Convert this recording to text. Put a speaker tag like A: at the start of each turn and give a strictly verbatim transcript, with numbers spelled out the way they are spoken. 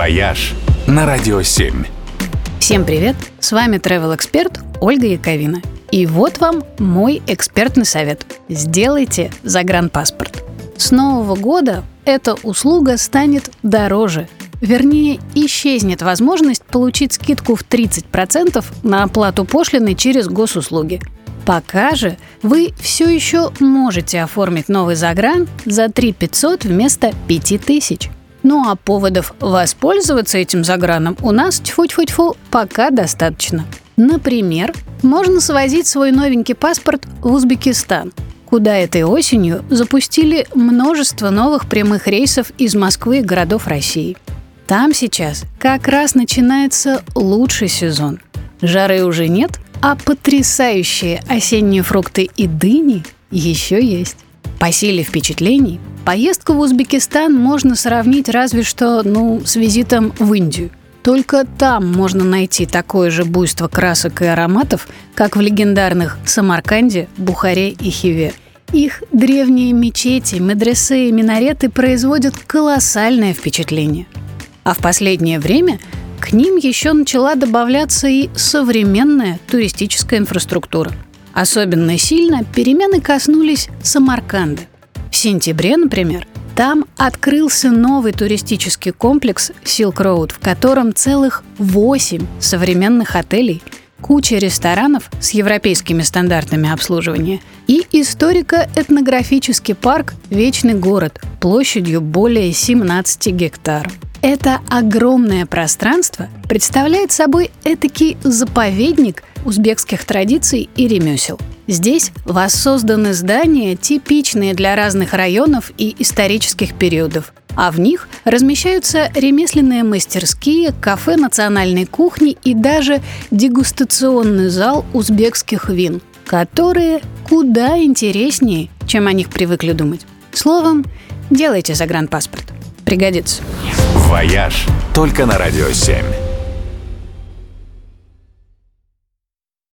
A: «Вояж» на Радио семь.
B: Всем привет! С вами travel-эксперт Ольга Яковина. И вот вам мой экспертный совет. Сделайте загранпаспорт. С нового года эта услуга станет дороже. Вернее, исчезнет возможность получить скидку в тридцать процентов на оплату пошлины через госуслуги. Пока же вы все еще можете оформить новый загран за три тысячи пятьсот вместо пять тысяч. Ну а поводов воспользоваться этим заграном у нас, тьфу-тьфу-тьфу, пока достаточно. Например, можно свозить свой новенький паспорт в Узбекистан, куда этой осенью запустили множество новых прямых рейсов из Москвы и городов России. Там сейчас как раз начинается лучший сезон. Жары уже нет, а потрясающие осенние фрукты и дыни еще есть. По силе впечатлений поездку в Узбекистан можно сравнить разве что, ну, с визитом в Индию. Только там можно найти такое же буйство красок и ароматов, как в легендарных Самарканде, Бухаре и Хиве. Их древние мечети, медресе и минареты производят колоссальное впечатление. А в последнее время к ним еще начала добавляться и современная туристическая инфраструктура. Особенно сильно перемены коснулись Самарканда. В сентябре, например, там открылся новый туристический комплекс Silk Road, в котором целых восемь современных отелей, куча ресторанов с европейскими стандартами обслуживания и историко-этнографический парк «Вечный город» площадью более семнадцати гектаров. Это огромное пространство представляет собой этакий заповедник узбекских традиций и ремесел. Здесь воссозданы здания, типичные для разных районов и исторических периодов, а в них размещаются ремесленные мастерские, кафе национальной кухни и даже дегустационный зал узбекских вин, которые куда интереснее, чем о них привыкли думать. Словом, делайте загранпаспорт. Пригодится.
A: «Вояж» только на Радио семь.